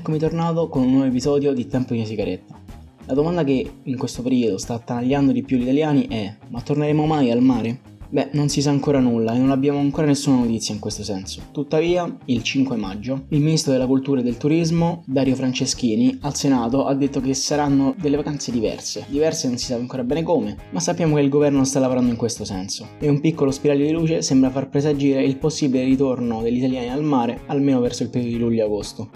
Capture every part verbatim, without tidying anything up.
Eccomi tornato con un nuovo episodio di Tempo di una sigaretta. La domanda che in questo periodo sta attanagliando di più gli italiani è: ma torneremo mai al mare? Beh, non si sa ancora nulla e non abbiamo ancora nessuna notizia in questo senso. Tuttavia, il cinque maggio, il ministro della cultura e del turismo, Dario Franceschini, al Senato ha detto che saranno delle vacanze diverse. Diverse non si sa ancora bene come, ma sappiamo che il governo sta lavorando in questo senso. E un piccolo spiraglio di luce sembra far presagire il possibile ritorno degli italiani al mare, almeno verso il periodo di luglio-agosto.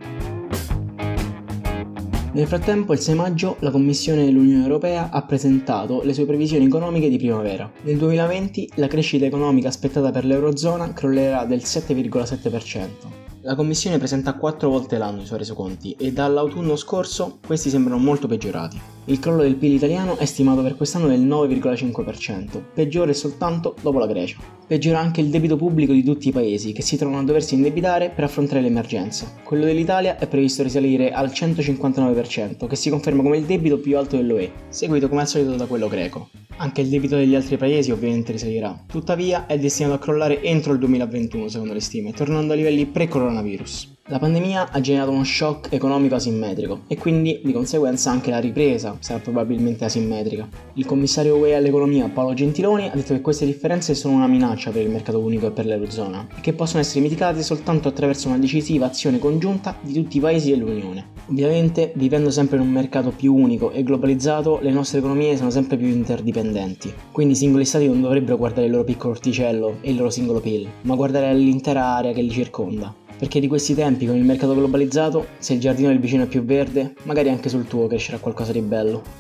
Nel frattempo, il sei maggio, la Commissione dell'Unione Europea ha presentato le sue previsioni economiche di primavera. Nel duemilaventi la crescita economica aspettata per l'Eurozona crollerà del sette virgola sette per cento. La Commissione presenta quattro volte l'anno i suoi resoconti e dall'autunno scorso questi sembrano molto peggiorati. Il crollo del P I L italiano è stimato per quest'anno del nove virgola cinque per cento, peggiore soltanto dopo la Grecia. Peggiora anche il debito pubblico di tutti i paesi che si trovano a doversi indebitare per affrontare l'emergenza. Quello dell'Italia è previsto risalire al centocinquantanove per cento, che si conferma come il debito più alto dell'U E, seguito come al solito da quello greco. Anche il debito degli altri paesi ovviamente risalirà, tuttavia è destinato a crollare entro il duemilaventuno secondo le stime, tornando a livelli pre-coronavirus. La pandemia ha generato uno shock economico asimmetrico e quindi di conseguenza anche la ripresa sarà probabilmente asimmetrica. Il commissario U E all'economia Paolo Gentiloni ha detto che queste differenze sono una minaccia per il mercato unico e per l'Eurozona e che possono essere mitigate soltanto attraverso una decisiva azione congiunta di tutti i paesi dell'Unione. Ovviamente, vivendo sempre in un mercato più unico e globalizzato, le nostre economie sono sempre più interdipendenti. Quindi i singoli stati non dovrebbero guardare il loro piccolo orticello e il loro singolo P I L, ma guardare all'intera area che li circonda. Perché di questi tempi, con il mercato globalizzato, se il giardino del vicino è più verde, magari anche sul tuo crescerà qualcosa di bello.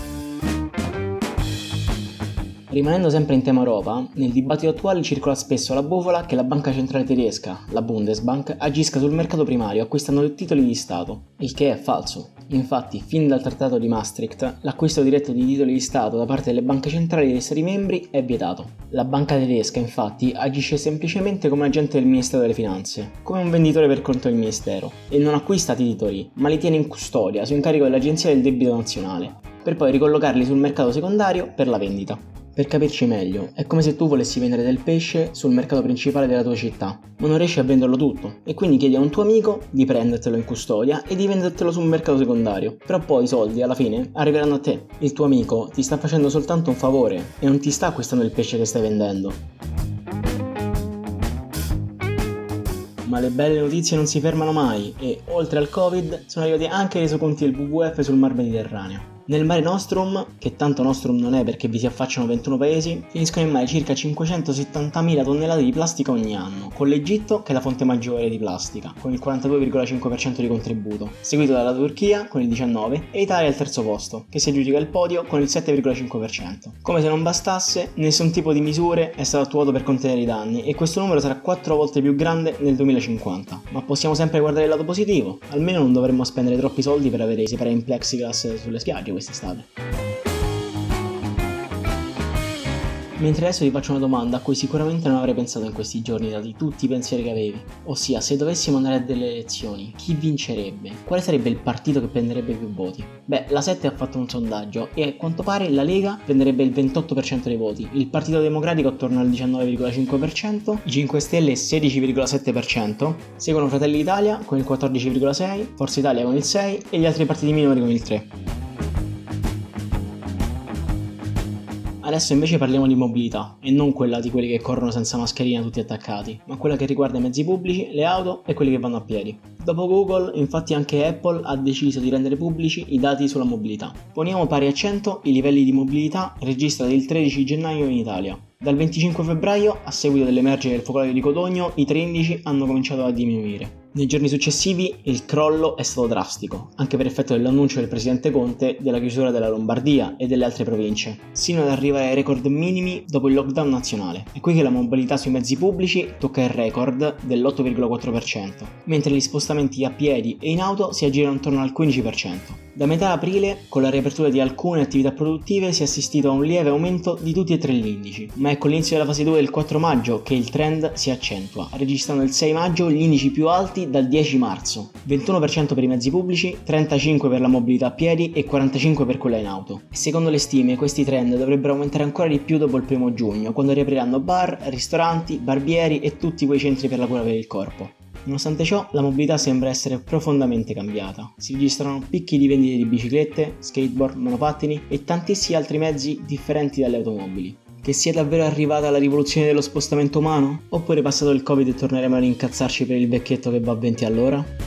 Rimanendo sempre in tema Europa, nel dibattito attuale circola spesso la bufala che la banca centrale tedesca, la Bundesbank, agisca sul mercato primario acquistando titoli di Stato, il che è falso. Infatti, fin dal Trattato di Maastricht, l'acquisto diretto di titoli di Stato da parte delle banche centrali degli Stati membri è vietato. La banca tedesca, infatti, agisce semplicemente come agente del Ministero delle Finanze, come un venditore per conto del Ministero, e non acquista titoli, ma li tiene in custodia su incarico dell'Agenzia del Debito Nazionale, per poi ricollocarli sul mercato secondario per la vendita. Per capirci meglio, è come se tu volessi vendere del pesce sul mercato principale della tua città, ma non riesci a venderlo tutto, e quindi chiedi a un tuo amico di prendertelo in custodia e di vendertelo sul mercato secondario, però poi i soldi alla fine arriveranno a te. Il tuo amico ti sta facendo soltanto un favore e non ti sta acquistando il pesce che stai vendendo. Ma le belle notizie non si fermano mai e, oltre al Covid, sono arrivati anche i resoconti del W W F sul Mar Mediterraneo. Nel Mare Nostrum, che tanto Nostrum non è perché vi si affacciano ventuno paesi, finiscono in mare circa cinquecentosettantamila tonnellate di plastica ogni anno, con l'Egitto che è la fonte maggiore di plastica, con il quarantadue virgola cinque per cento di contributo, seguito dalla Turchia con il diciannove per cento e Italia al terzo posto, che si aggiudica il podio con il sette virgola cinque per cento. Come se non bastasse, nessun tipo di misure è stato attuato per contenere i danni e questo numero sarà quattro volte più grande nel duemilacinquanta. Ma possiamo sempre guardare il lato positivo, almeno non dovremmo spendere troppi soldi per avere i separi in plexiglass sulle spiagge quest'estate. Mentre adesso ti faccio una domanda a cui sicuramente non avrei pensato in questi giorni dati tutti i pensieri che avevi, ossia se dovessimo andare a delle elezioni, chi vincerebbe? Quale sarebbe il partito che prenderebbe più voti? Beh, la sette ha fatto un sondaggio e a quanto pare la Lega prenderebbe il ventotto per cento dei voti, il Partito Democratico attorno al diciannove virgola cinque per cento, i cinque Stelle sedici virgola sette per cento, seguono Fratelli d'Italia con il quattordici virgola sei per cento, Forza Italia con il sei per cento e gli altri partiti minori con il tre per cento. Adesso invece parliamo di mobilità, e non quella di quelli che corrono senza mascherina tutti attaccati, ma quella che riguarda i mezzi pubblici, le auto e quelli che vanno a piedi. Dopo Google, infatti anche Apple ha deciso di rendere pubblici i dati sulla mobilità. Poniamo pari a cento i livelli di mobilità registrati il tredici gennaio in Italia. Dal venticinque febbraio, a seguito dell'emergere del focolaio di Codogno, i tre indici hanno cominciato a diminuire. Nei giorni successivi il crollo è stato drastico, anche per effetto dell'annuncio del presidente Conte della chiusura della Lombardia e delle altre province, sino ad arrivare ai record minimi dopo il lockdown nazionale. È qui che la mobilità sui mezzi pubblici tocca il record dell'otto virgola quattro per cento, mentre gli spostamenti a piedi e in auto si aggirano intorno al quindici per cento. Da metà aprile, con la riapertura di alcune attività produttive, si è assistito a un lieve aumento di tutti e tre gli indici, ma è con l'inizio della fase due del quattro maggio che il trend si accentua, registrando il sei maggio gli indici più alti dal dieci marzo, ventuno per cento per i mezzi pubblici, trentacinque per cento per la mobilità a piedi e quarantacinque per cento per quella in auto. E secondo le stime questi trend dovrebbero aumentare ancora di più dopo il primo giugno, quando riapriranno bar, ristoranti, barbieri e tutti quei centri per la cura per il corpo. Nonostante ciò, la mobilità sembra essere profondamente cambiata. Si registrano picchi di vendite di biciclette, skateboard, monopattini e tantissimi altri mezzi differenti dalle automobili. Che sia davvero arrivata la rivoluzione dello spostamento umano? Oppure passato il Covid e torneremo a rincazzarci per il vecchietto che va a venti all'ora?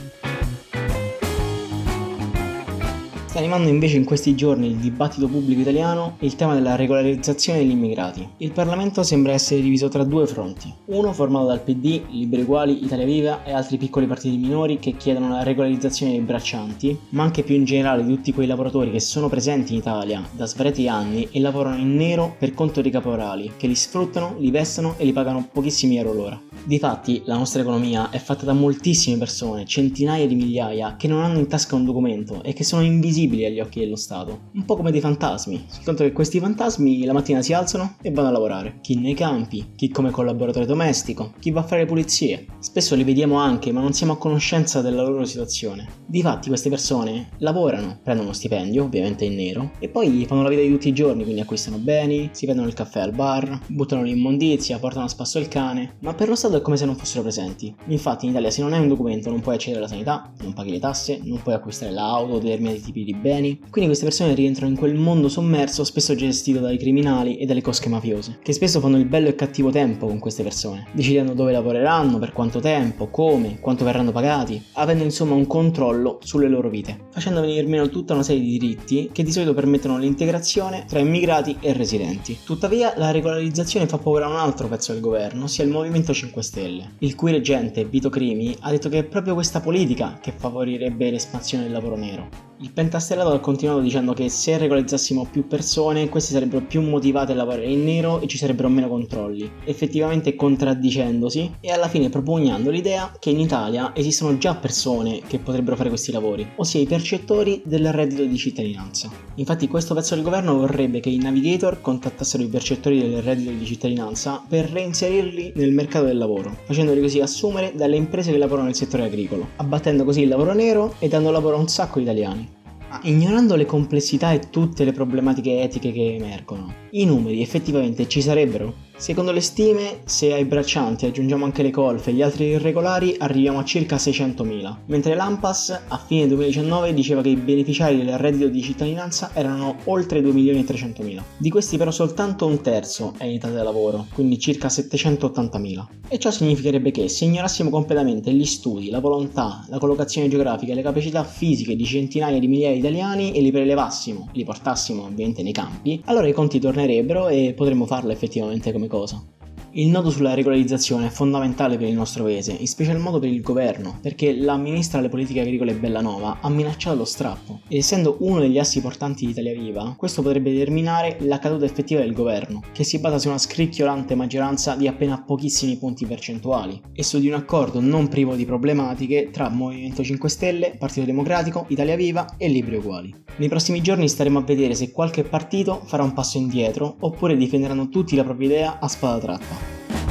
Sta animando invece in questi giorni il dibattito pubblico italiano il tema della regolarizzazione degli immigrati. Il Parlamento sembra essere diviso tra due fronti, uno formato dal P D, Liberi Uguali, Italia Viva e altri piccoli partiti minori che chiedono la regolarizzazione dei braccianti, ma anche più in generale di tutti quei lavoratori che sono presenti in Italia da svariati anni e lavorano in nero per conto dei caporali, che li sfruttano, li vessano e li pagano pochissimi euro l'ora. Difatti, la nostra economia è fatta da moltissime persone, centinaia di migliaia, che non hanno in tasca un documento e che sono invisibili agli occhi dello Stato, un po' come dei fantasmi, soltanto che questi fantasmi la mattina si alzano e vanno a lavorare, chi nei campi, chi come collaboratore domestico, chi va a fare le pulizie. Spesso li vediamo anche, ma non siamo a conoscenza della loro situazione. Difatti queste persone lavorano, prendono uno stipendio, ovviamente in nero, e poi fanno la vita di tutti i giorni, quindi acquistano beni, si prendono il caffè al bar, buttano l'immondizia, portano a spasso il cane, ma per lo Stato è come se non fossero presenti. Infatti in Italia se non hai un documento non puoi accedere alla sanità, non paghi le tasse, non puoi acquistare l'auto o determinati tipi di beni, quindi queste persone rientrano in quel mondo sommerso spesso gestito dai criminali e dalle cosche mafiose, che spesso fanno il bello e cattivo tempo con queste persone, decidendo dove lavoreranno, per quanto tempo, come, quanto verranno pagati, avendo insomma un controllo sulle loro vite, facendo venire meno tutta una serie di diritti che di solito permettono l'integrazione tra immigrati e residenti. Tuttavia la regolarizzazione fa paura a un altro pezzo del governo, ossia il Movimento cinque Stelle, il cui reggente Vito Crimi ha detto che è proprio questa politica che favorirebbe l'espansione del lavoro nero. Il pentastellato ha continuato dicendo che se regolarizzassimo più persone, queste sarebbero più motivate a lavorare in nero e ci sarebbero meno controlli, effettivamente contraddicendosi e alla fine propugnando l'idea che in Italia esistono già persone che potrebbero fare questi lavori, ossia i percettori del reddito di cittadinanza. Infatti questo pezzo del governo vorrebbe che i navigator contattassero i percettori del reddito di cittadinanza per reinserirli nel mercato del lavoro, facendoli così assumere dalle imprese che lavorano nel settore agricolo, abbattendo così il lavoro nero e dando lavoro a un sacco di italiani. Ma ignorando le complessità e tutte le problematiche etiche che emergono, i numeri effettivamente ci sarebbero? Secondo le stime, se ai braccianti aggiungiamo anche le colfe e gli altri irregolari, arriviamo a circa seicentomila, mentre l'ANPAS a fine duemiladiciannove diceva che i beneficiari del reddito di cittadinanza erano oltre due milioni e trecentomila. Di questi però soltanto un terzo è in età da lavoro, quindi circa settecentottantamila. E ciò significherebbe che se ignorassimo completamente gli studi, la volontà, la collocazione geografica e le capacità fisiche di centinaia di migliaia di italiani e li prelevassimo, li portassimo ovviamente nei campi, allora i conti tornerebbero e potremmo farlo effettivamente come cosa. Il nodo sulla regolarizzazione è fondamentale per il nostro paese, in special modo per il governo, perché la ministra alle politiche agricole Bellanova ha minacciato lo strappo, ed essendo uno degli assi portanti di Italia Viva, questo potrebbe determinare la caduta effettiva del governo, che si basa su una scricchiolante maggioranza di appena pochissimi punti percentuali, e su di un accordo non privo di problematiche tra Movimento cinque Stelle, Partito Democratico, Italia Viva e Liberi Uguali. Nei prossimi giorni staremo a vedere se qualche partito farà un passo indietro, oppure difenderanno tutti la propria idea a spada tratta.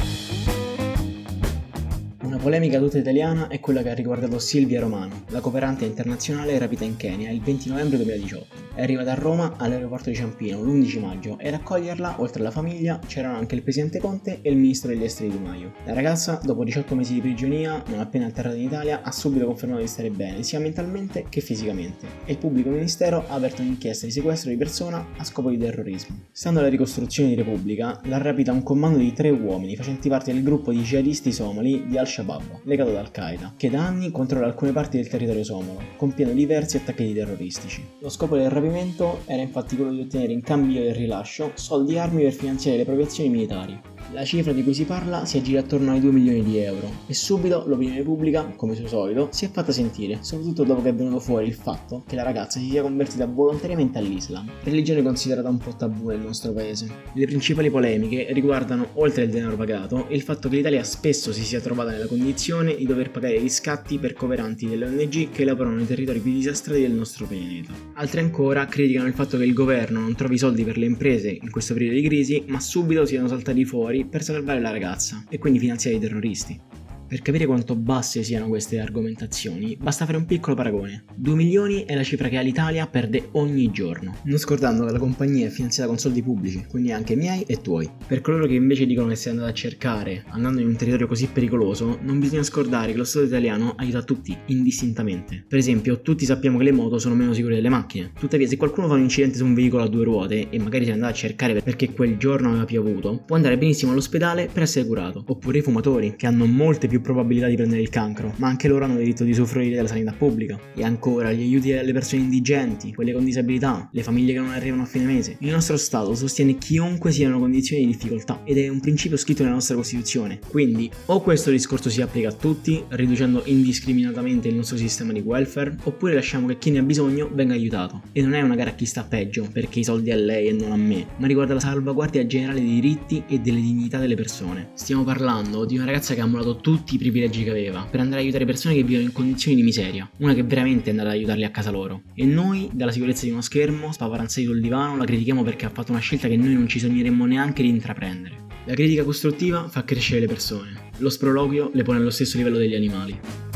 Una polemica tutta italiana è quella che ha riguardato Silvia Romano, la cooperante internazionale rapita in Kenya il venti novembre duemiladiciotto. È arrivata a Roma all'aeroporto di Ciampino l'undici maggio e ad accoglierla, oltre alla famiglia, c'erano anche il presidente Conte e il ministro degli esteri Di Maio. La ragazza, dopo diciotto mesi di prigionia, non appena atterrata in Italia, ha subito confermato di stare bene, sia mentalmente che fisicamente, e il pubblico ministero ha aperto un'inchiesta di sequestro di persona a scopo di terrorismo. Stando alla ricostruzione di Repubblica, l'ha rapita un comando di tre uomini facenti parte del gruppo di jihadisti somali di Al-Shabaab, legato ad Al-Qaeda, che da anni controlla alcune parti del territorio somalo, compiendo diversi attacchi terroristici. Lo scopo del rapimento era infatti quello di ottenere in cambio del rilascio soldi e armi per finanziare le proprie azioni militari. La cifra di cui si parla si aggira attorno ai due milioni di euro e subito l'opinione pubblica, come suo solito, si è fatta sentire, soprattutto dopo che è venuto fuori il fatto che la ragazza si sia convertita volontariamente all'Islam, religione considerata un po' tabù nel nostro paese. Le principali polemiche riguardano, oltre il denaro pagato, il fatto che l'Italia spesso si sia trovata nella condizione di dover pagare riscatti per cooperanti delle O N G che lavorano nei territori più disastrati del nostro pianeta. Altre ancora criticano il fatto che il governo non trovi soldi per le imprese in questo periodo di crisi, ma subito siano saltati fuori per salvare la ragazza e quindi finanziare i terroristi. Per capire quanto basse siano queste argomentazioni, basta fare un piccolo paragone. due milioni è la cifra che l'Italia perde ogni giorno. Non scordando che la compagnia è finanziata con soldi pubblici, quindi anche miei e tuoi. Per coloro che invece dicono che sei andato a cercare, andando in un territorio così pericoloso, non bisogna scordare che lo Stato italiano aiuta tutti, indistintamente. Per esempio, tutti sappiamo che le moto sono meno sicure delle macchine. Tuttavia, se qualcuno fa un incidente su un veicolo a due ruote e magari si è andato a cercare perché quel giorno aveva piovuto, può andare benissimo all'ospedale per essere curato. Oppure i fumatori, che hanno molte più probabilità di prendere il cancro, ma anche loro hanno diritto di usufruire della sanità pubblica. E ancora, gli aiuti alle persone indigenti, quelle con disabilità, le famiglie che non arrivano a fine mese. Il nostro Stato sostiene chiunque sia in una condizione di difficoltà ed è un principio scritto nella nostra Costituzione. Quindi, o questo discorso si applica a tutti, riducendo indiscriminatamente il nostro sistema di welfare, oppure lasciamo che chi ne ha bisogno venga aiutato. E non è una gara a chi sta peggio, perché i soldi a lei e non a me, ma riguarda la salvaguardia generale dei diritti e delle dignità delle persone. Stiamo parlando di una ragazza che ha annullato tutti i privilegi che aveva per andare a aiutare persone che vivono in condizioni di miseria, una che veramente è andata ad aiutarli a casa loro. E noi, dalla sicurezza di uno schermo, spaparanzati sul divano, la critichiamo perché ha fatto una scelta che noi non ci sogneremmo neanche di intraprendere. La critica costruttiva fa crescere le persone, lo sproloquio le pone allo stesso livello degli animali.